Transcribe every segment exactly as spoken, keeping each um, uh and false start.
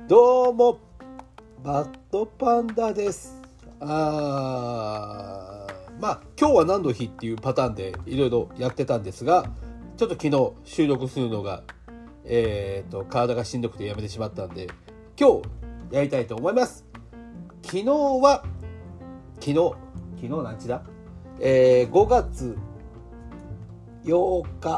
どうもバッドパンダです。あーまあ今日は何の日っていうパターンでいろいろやってたんですが、ちょっと昨日収録するのがえーと体がしんどくてやめてしまったんで、今日やりたいと思います。昨日は昨日昨日何日だ、えー、ごがつようか、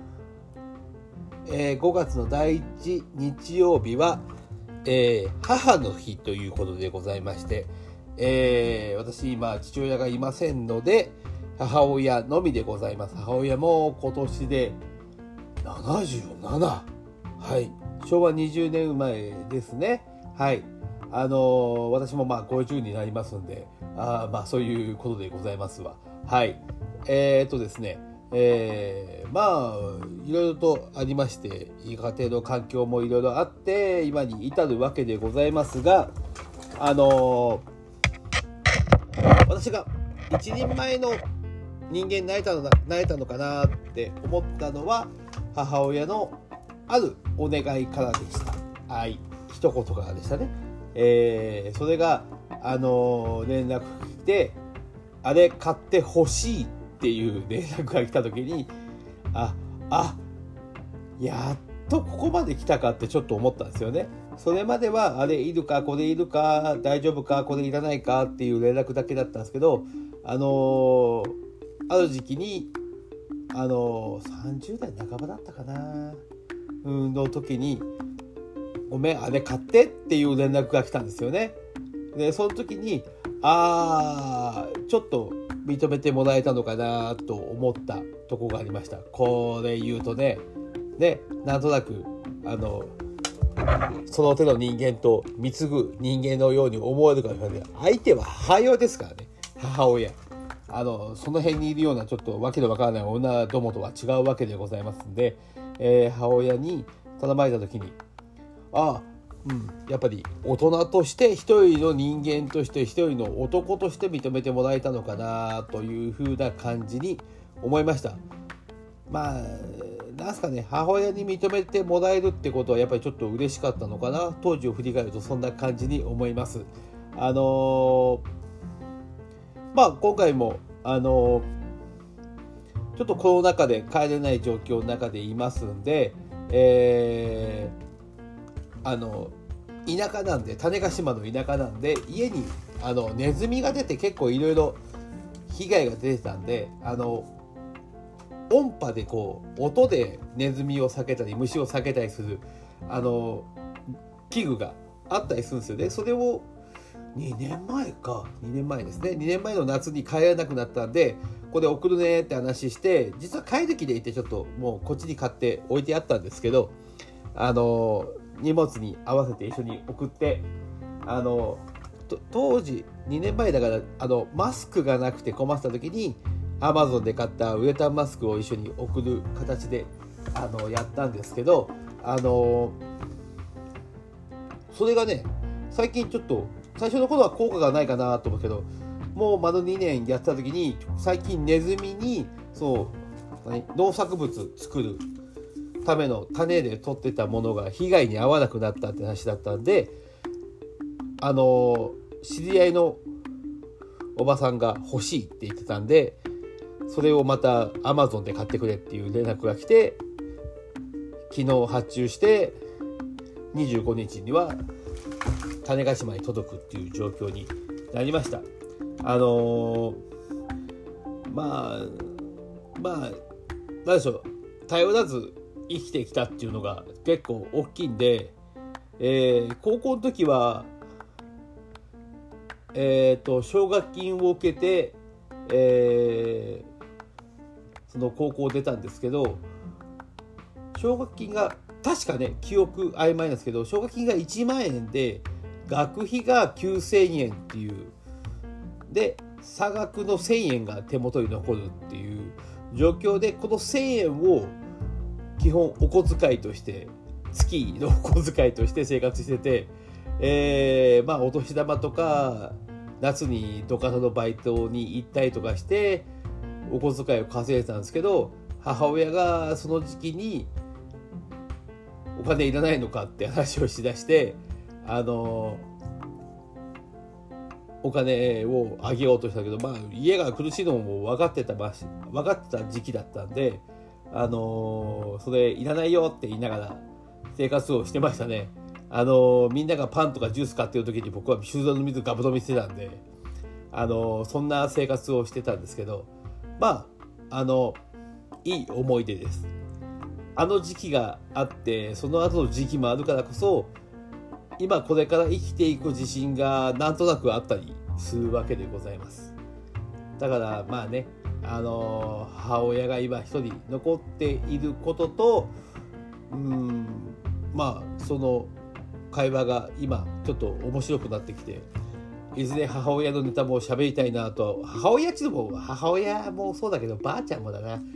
えー、ごがつのだいいち日曜日は、えー、母の日ということでございまして、えー、私今父親がいませんので母親のみでございます。母親も今年でななじゅうなな、はい、しょうわにじゅうねん生まれですね。はい、あのー、私もまあごじゅうになりますんで、あまあそういうことでございますわ。はい、えー、っとですねえー、まあいろいろとありまして、家庭の環境もいろいろあって今に至るわけでございますが、あのー、私が一人前の人間になれたのななれたのかなって思ったのは母親のあるお願いからでした。はい、一言からでしたね。えー、それがあのー、連絡来て、あれ買ってほしいっていう連絡が来た時に、ああやっとここまで来たかってちょっと思ったんですよね。それまではあれいるかこれいるか大丈夫かこれいらないかっていう連絡だけだったんですけど、あのー、ある時期にあのー、さんじゅうだいなかばだったかな、うんの時にごめんあれ買ってっていう連絡が来たんですよね。でその時にあーちょっと認めてもらえたのかなと思ったところがありました。これ言うとね、ね、なんとなくあのその手の人間と貢ぐ人間のように思えるかもしれない。相手は母親ですからね。母親、あのその辺にいるようなちょっとわけのわからない女どもとは違うわけでございますんで、えー、母親に頼まれた時に、ああうん、やっぱり大人として一人の人間として一人の男として認めてもらえたのかなというふうな感じに思いました。まあなんすかね、母親に認めてもらえるってことはやっぱりちょっと嬉しかったのかな、当時を振り返るとそんな感じに思います。あのー、まあ今回もあのー、ちょっとコロナ禍で帰れない状況の中でいますんで、えーあの田舎なんで、種子島の田舎なんで家にあのネズミが出て結構いろいろ被害が出てたんで、あの音波でこう音でネズミを避けたり虫を避けたりするあの器具があったりするんですよね。それをにねんまえかにねんまえですねにねんまえの夏に帰らなくなったんで、これ送るねって話して、実は帰る気でいてちょっともうこっちに買って置いてあったんですけど、あの荷物に合わせて一緒に送って、あの当時にねんまえだからあのマスクがなくて困ってた時に アマゾン で買ったウレタンマスクを一緒に送る形であのやったんですけど、あのそれがね最近ちょっと最初の頃は効果がないかなと思うけど、もう丸にねんやった時に最近ネズミにそう農作物作るための種で取ってたものが被害に遭わなくなったって話だったんで、あの知り合いのおばさんが欲しいって言ってたんで、それをまた アマゾン で買ってくれっていう連絡が来て、昨日発注してにじゅうごにちには種子島に届くっていう状況になりました。あのまあまあなんでしょう、頼らず生きてきたっていうのが結構大きいんで、えー、高校の時は、えー、と奨学金を受けて、えー、その高校を出たんですけど、奨学金が確かね記憶曖昧なんですけど、奨学金がいちまんえんで学費がきゅうせんえんっていうで差額のせんえんが手元に残るっていう状況で、このせんえんを基本お小遣いとして月のお小遣いとして生活してて、えー、まあお年玉とか夏にどかさのバイトに行ったりとかしてお小遣いを稼いでたんですけど、母親がその時期にお金いらないのかって話をしだして、 あのお金をあげようとしたけど、まあ家が苦しいのも分かってた分かってた時期だったんで、あのそれいらないよって言いながら生活をしてましたね。あのみんながパンとかジュース買ってる時に僕は水道の水ガブ飲みしてたんで、あのそんな生活をしてたんですけど、まああのいい思い出です。あの時期があってその後の時期もあるからこそ、今これから生きていく自信がなんとなくあったりするわけでございます。だからまあね、あの母親が今一人残っていることと、うーんまあその会話が今ちょっと面白くなってきて、いずれ母親のネタも喋りたいなと、母親っていうのも母親もそうだけどばあちゃんもだな、うん、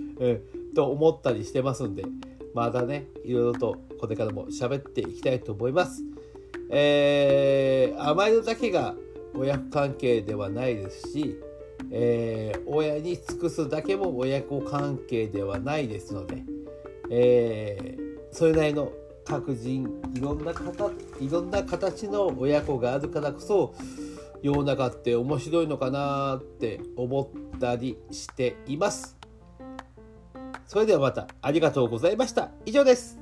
と思ったりしてますんで、またねいろいろとこれからも喋っていきたいと思います。えー、甘えるだけが親子関係ではないですし、えー、親に尽くすだけも親子関係ではないですので、えー、それなりの各人いろんな方いろんな形の親子があるからこそ世の中って面白いのかなって思ったりしています。それではまたありがとうございました。以上です。